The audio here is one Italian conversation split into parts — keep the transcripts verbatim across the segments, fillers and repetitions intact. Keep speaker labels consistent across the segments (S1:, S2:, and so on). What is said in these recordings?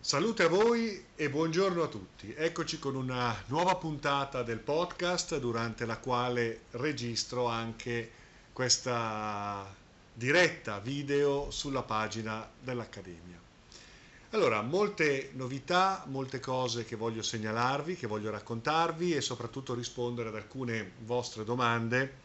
S1: Salute a voi e buongiorno a tutti. Eccoci con una nuova puntata del podcast durante la quale registro anche questa diretta video sulla pagina dell'Accademia. Allora, molte novità, molte cose che voglio segnalarvi, che voglio raccontarvi e soprattutto rispondere ad alcune vostre domande,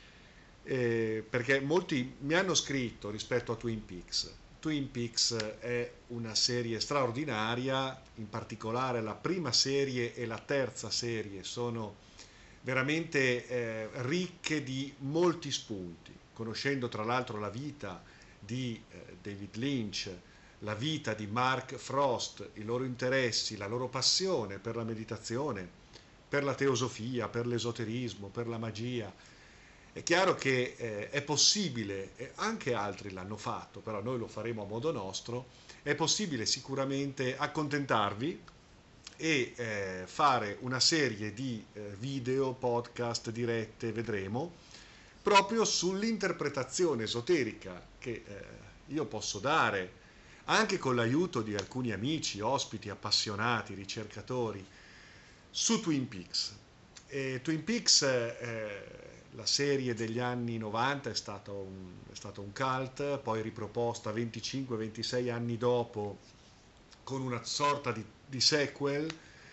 S1: eh, perché molti mi hanno scritto rispetto a Twin Peaks. Twin Peaks è una serie straordinaria, in particolare la prima serie e la terza serie sono veramente eh, ricche di molti spunti, conoscendo tra l'altro la vita di eh, David Lynch, la vita di Mark Frost, i loro interessi, la loro passione per la meditazione, per la teosofia, per l'esoterismo, per la magia. È chiaro che eh, è possibile, e anche altri l'hanno fatto, però noi lo faremo a modo nostro, è possibile sicuramente accontentarvi e eh, fare una serie di eh, video, podcast, dirette, vedremo, proprio sull'interpretazione esoterica che eh, io posso dare, anche con l'aiuto di alcuni amici, ospiti, appassionati, ricercatori, su Twin Peaks. E Twin Peaks, eh, la serie degli anni novanta, è stato un, è stato un cult, poi riproposta venticinque ventisei anni dopo con una sorta di, di sequel,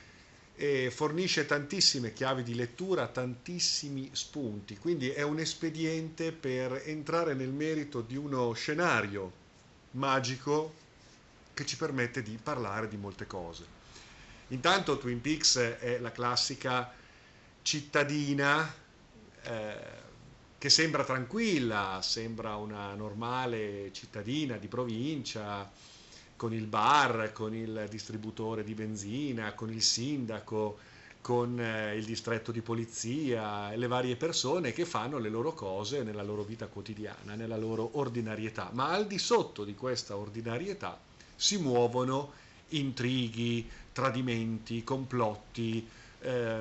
S1: e fornisce tantissime chiavi di lettura, tantissimi spunti, quindi è un espediente per entrare nel merito di uno scenario magico che ci permette di parlare di molte cose. Intanto Twin Peaks è la classica cittadina eh, che sembra tranquilla, sembra una normale cittadina di provincia, con il bar, con il distributore di benzina, con il sindaco, con eh, il distretto di polizia e le varie persone che fanno le loro cose nella loro vita quotidiana, nella loro ordinarietà. Ma al di sotto di questa ordinarietà si muovono intrighi, tradimenti, complotti, eh,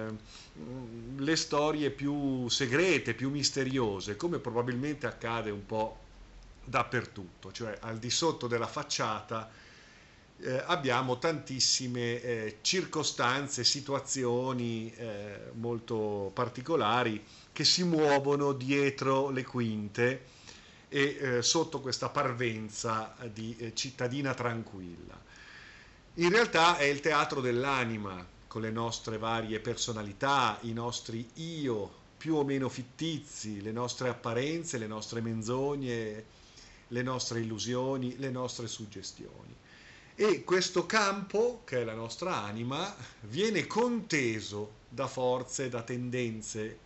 S1: le storie più segrete, più misteriose, come probabilmente accade un po' dappertutto, cioè al di sotto della facciata eh, abbiamo tantissime eh, circostanze, situazioni eh, molto particolari che si muovono dietro le quinte e eh, sotto questa parvenza di eh, cittadina tranquilla. In realtà è il teatro dell'anima, con le nostre varie personalità, i nostri io più o meno fittizi, le nostre apparenze, le nostre menzogne, le nostre illusioni, le nostre suggestioni. E questo campo, che è la nostra anima, viene conteso da forze, da tendenze,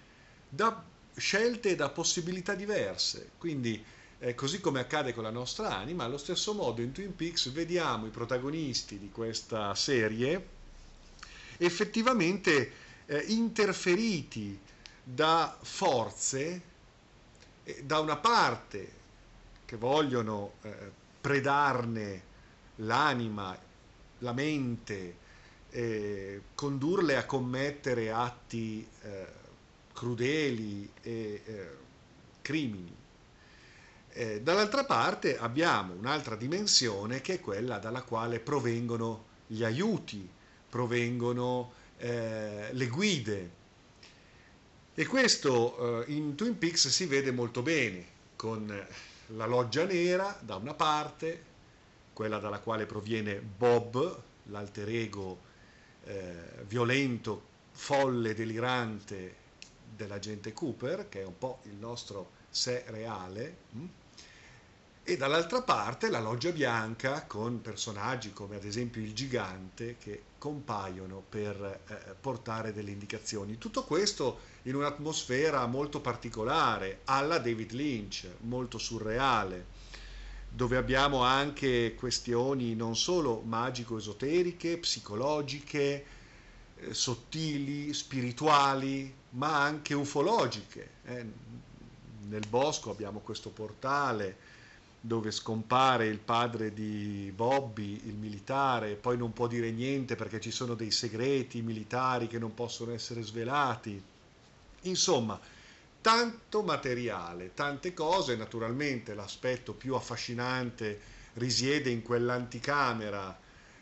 S1: da scelte e da possibilità diverse. Quindi, eh, così come accade con la nostra anima, allo stesso modo in Twin Peaks vediamo i protagonisti di questa serie effettivamente eh, interferiti da forze, eh, da una parte che vogliono eh, predarne l'anima, la mente, eh, condurle a commettere atti eh, crudeli e eh, crimini. Eh, dall'altra parte abbiamo un'altra dimensione che è quella dalla quale provengono gli aiuti, provengono eh, le guide. E questo eh, in Twin Peaks si vede molto bene, con la loggia nera da una parte, quella dalla quale proviene Bob, l'alter ego eh, violento, folle, delirante dell'agente Cooper, che è un po' il nostro sé reale, mh? E dall'altra parte la loggia bianca con personaggi come ad esempio il gigante che compaiono per eh, portare delle indicazioni. Tutto questo in un'atmosfera molto particolare, alla David Lynch, molto surreale, dove abbiamo anche questioni non solo magico-esoteriche, psicologiche, eh, sottili, spirituali, ma anche ufologiche. Eh. Nel bosco abbiamo questo portale dove scompare il padre di Bobby, il militare, poi non può dire niente perché ci sono dei segreti militari che non possono essere svelati. Insomma, tanto materiale, tante cose. Naturalmente l'aspetto più affascinante risiede in quell'anticamera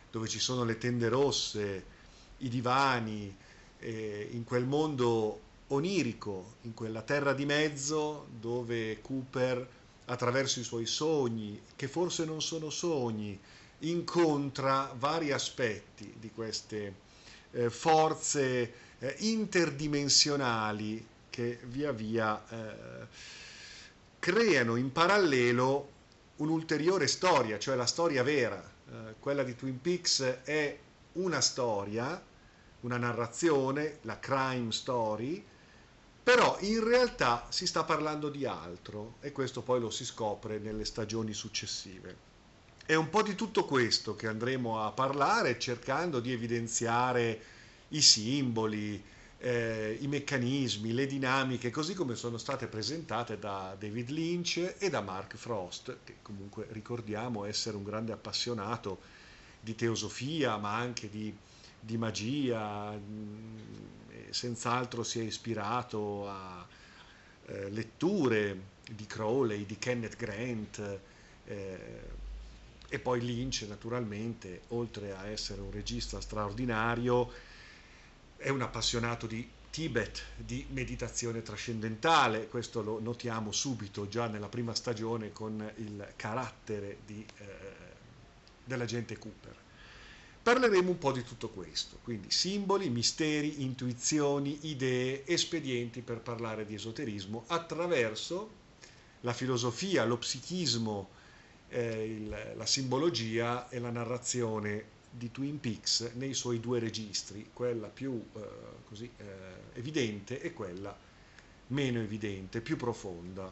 S1: dove ci sono le tende rosse, i divani, eh, in quel mondo onirico, in quella terra di mezzo dove Cooper, attraverso i suoi sogni, che forse non sono sogni, incontra vari aspetti di queste eh, forze eh, interdimensionali che via via eh, creano in parallelo un'ulteriore storia, cioè la storia vera. Eh, quella di Twin Peaks è una storia, una narrazione, la crime story, però in realtà si sta parlando di altro e questo poi lo si scopre nelle stagioni successive. È un po' di tutto questo che andremo a parlare, cercando di evidenziare i simboli, eh, i meccanismi, le dinamiche, così come sono state presentate da David Lynch e da Mark Frost, che comunque ricordiamo essere un grande appassionato di teosofia, ma anche di, di magia, mh, senz'altro si è ispirato a eh, letture di Crowley, di Kenneth Grant, eh, e poi Lynch naturalmente, oltre a essere un regista straordinario, è un appassionato di Tibet, di meditazione trascendentale. Questo lo notiamo subito già nella prima stagione con il carattere di, eh, dell'agente Cooper. Parleremo un po' di tutto questo, quindi simboli, misteri, intuizioni, idee, espedienti per parlare di esoterismo attraverso la filosofia, lo psichismo, eh, il, la simbologia e la narrazione di Twin Peaks nei suoi due registri, quella più eh, così, eh, evidente e quella meno evidente, più profonda.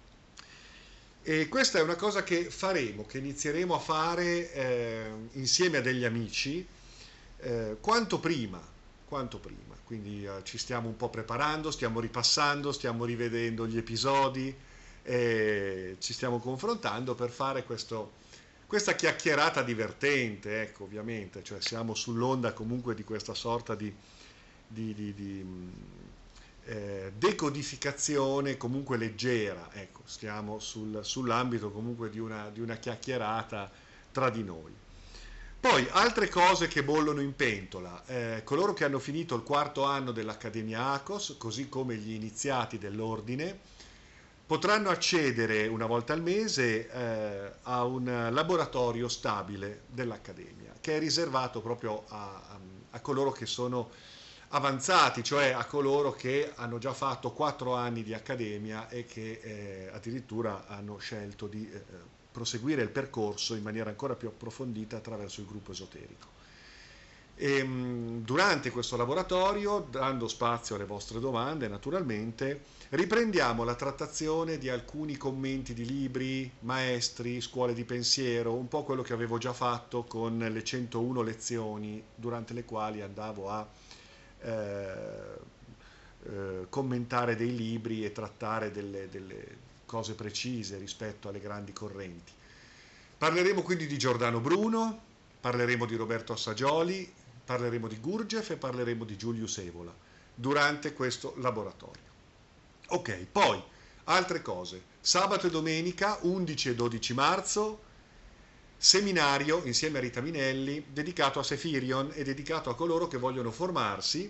S1: E questa è una cosa che faremo, che inizieremo a fare eh, insieme a degli amici eh, quanto prima, quanto prima. Quindi eh, ci stiamo un po' preparando, stiamo ripassando, stiamo rivedendo gli episodi, e ci stiamo confrontando per fare questo, questa chiacchierata divertente, ecco, ovviamente, cioè siamo sull'onda comunque di questa sorta di, di, di, di eh, decodificazione comunque leggera, ecco, stiamo sul, sull'ambito comunque di una, di una chiacchierata tra di noi. Poi altre cose che bollono in pentola, eh, coloro che hanno finito il quarto anno dell'Accademia ACOS, così come gli iniziati dell'ordine, potranno accedere una volta al mese eh, a un laboratorio stabile dell'Accademia, che è riservato proprio a, a, a coloro che sono avanzati, cioè a coloro che hanno già fatto quattro anni di Accademia e che eh, addirittura hanno scelto di eh, proseguire il percorso in maniera ancora più approfondita attraverso il gruppo esoterico. E, durante questo laboratorio, dando spazio alle vostre domande, naturalmente, riprendiamo la trattazione di alcuni commenti di libri, maestri, scuole di pensiero, un po' quello che avevo già fatto con le centouno lezioni, durante le quali andavo a eh, eh, commentare dei libri e trattare delle, delle cose precise rispetto alle grandi correnti. Parleremo quindi di Giordano Bruno, parleremo di Roberto Assagioli, parleremo di Gurdjieff e parleremo di Julius Evola durante questo laboratorio. Ok, poi altre cose. Sabato e domenica, undici e dodici marzo, seminario insieme a Rita Minelli dedicato a Sefirion e dedicato a coloro che vogliono formarsi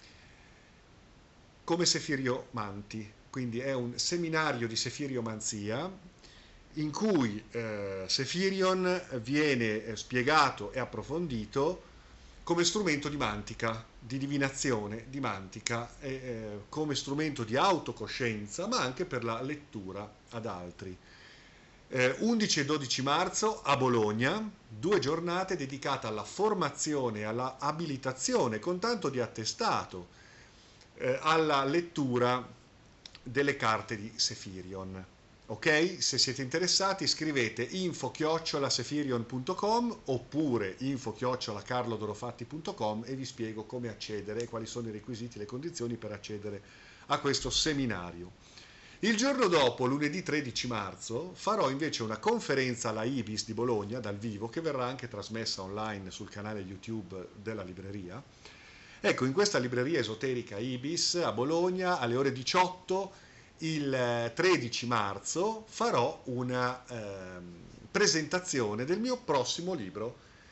S1: come sefiriomanti. Quindi è un seminario di sefiriomanzia in cui eh, Sefirion viene eh, spiegato e approfondito come strumento di mantica, di divinazione, di mantica, e, eh, come strumento di autocoscienza, ma anche per la lettura ad altri. Eh, undici e dodici marzo a Bologna, due giornate dedicate alla formazione e alla abilitazione con tanto di attestato eh, alla lettura delle carte di Sefirion. Ok? Se siete interessati scrivete info chiocciola sefirion punto com oppure info chiocciola carlodorofatti punto com e vi spiego come accedere e quali sono i requisiti e le condizioni per accedere a questo seminario. Il giorno dopo, lunedì tredici marzo, farò invece una conferenza alla Ibis di Bologna dal vivo che verrà anche trasmessa online sul canale YouTube della libreria. Ecco, in questa libreria esoterica Ibis a Bologna alle ore diciotto il tredici marzo farò una eh, presentazione del mio prossimo libro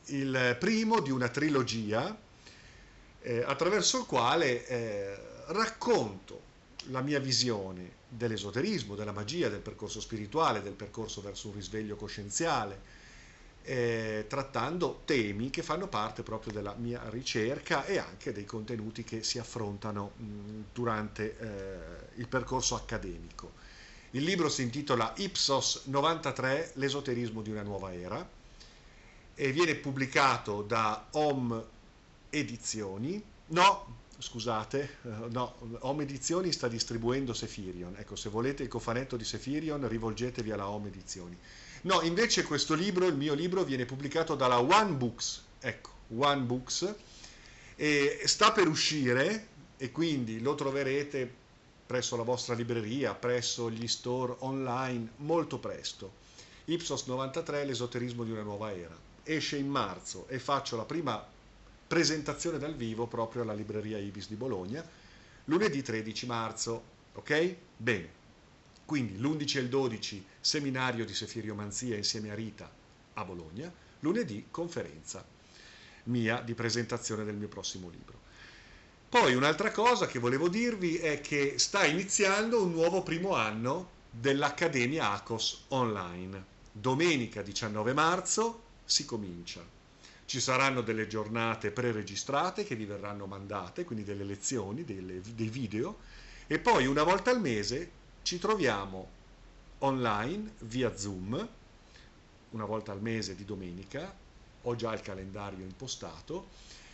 S1: il primo di una trilogia eh, attraverso il quale eh, racconto la mia visione dell'esoterismo, della magia, del percorso spirituale, del percorso verso un risveglio coscienziale, eh, trattando temi che fanno parte proprio della mia ricerca e anche dei contenuti che si affrontano mh, durante eh, il percorso accademico. Il libro si intitola Ipsos novantatré, l'esoterismo di una nuova era, e viene pubblicato da Om Edizioni. No, scusate, no, Home Edizioni sta distribuendo Sefirion. Ecco, se volete il cofanetto di Sefirion, rivolgetevi alla Home Edizioni. No, invece questo libro, il mio libro, viene pubblicato dalla One Books. Ecco, One Books, e sta per uscire, e quindi lo troverete presso la vostra libreria, presso gli store online molto presto. Ipsos novantatré, l'esoterismo di una nuova era. Esce in marzo e faccio la prima presentazione dal vivo proprio alla libreria Ibis di Bologna, lunedì tredici marzo, ok? Bene, quindi l'undici e il dodici seminario di sefiriomanzia insieme a Rita a Bologna, lunedì conferenza mia di presentazione del mio prossimo libro. Poi un'altra cosa che volevo dirvi è che sta iniziando un nuovo primo anno dell'Accademia ACOS Online. Domenica diciannove marzo si comincia. Ci saranno delle giornate preregistrate che vi verranno mandate, quindi delle lezioni, delle, dei video, e poi una volta al mese ci troviamo online via Zoom, una volta al mese di domenica, ho già il calendario impostato,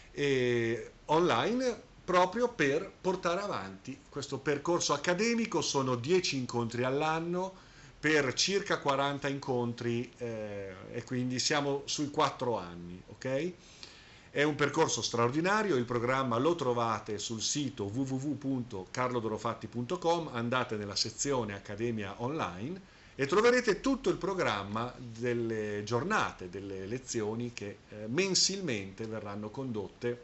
S1: e online proprio per portare avanti questo percorso accademico. Sono dieci incontri all'anno per circa quaranta incontri eh, e quindi siamo sui quattro anni, ok? È un percorso straordinario, il programma lo trovate sul sito w w w punto carlo dorofatti punto com, andate nella sezione Accademia Online e troverete tutto il programma delle giornate, delle lezioni che eh, mensilmente verranno condotte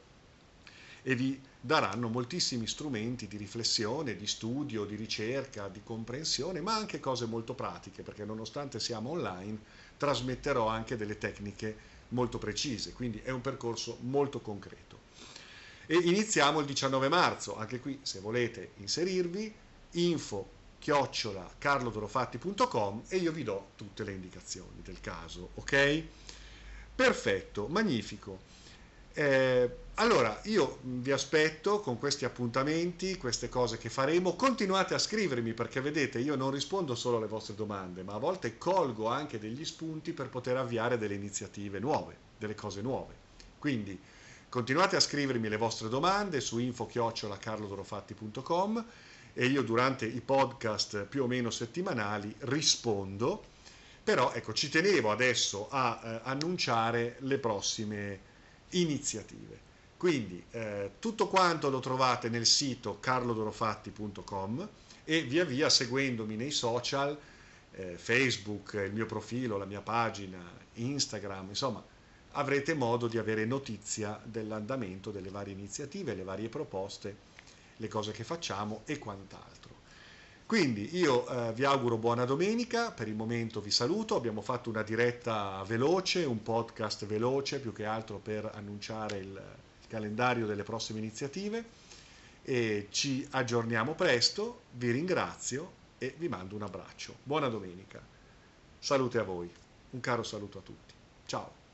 S1: e vi daranno moltissimi strumenti di riflessione, di studio, di ricerca, di comprensione, ma anche cose molto pratiche, perché nonostante siamo online, trasmetterò anche delle tecniche molto precise, quindi è un percorso molto concreto. E iniziamo il diciannove marzo, anche qui se volete inserirvi, info chiocciola carlo dorofatti punto com e io vi do tutte le indicazioni del caso, ok? Perfetto, magnifico. Eh, allora, io vi aspetto con questi appuntamenti, queste cose che faremo. Continuate a scrivermi perché vedete, io non rispondo solo alle vostre domande, ma a volte colgo anche degli spunti per poter avviare delle iniziative nuove, delle cose nuove. Quindi continuate a scrivermi le vostre domande su info chiocciola carlo dorofatti punto com e io durante i podcast più o meno settimanali rispondo. Però ecco, ci tenevo adesso a eh, annunciare le prossime iniziative. Quindi eh, tutto quanto lo trovate nel sito carlo dorofatti punto com e via via seguendomi nei social, eh, Facebook, il mio profilo, la mia pagina, Instagram, insomma, avrete modo di avere notizia dell'andamento delle varie iniziative, le varie proposte, le cose che facciamo e quant'altro. Quindi io eh, vi auguro buona domenica, per il momento vi saluto, abbiamo fatto una diretta veloce, un podcast veloce più che altro per annunciare il, il calendario delle prossime iniziative e ci aggiorniamo presto, vi ringrazio e vi mando un abbraccio. Buona domenica, salute a voi, un caro saluto a tutti, ciao.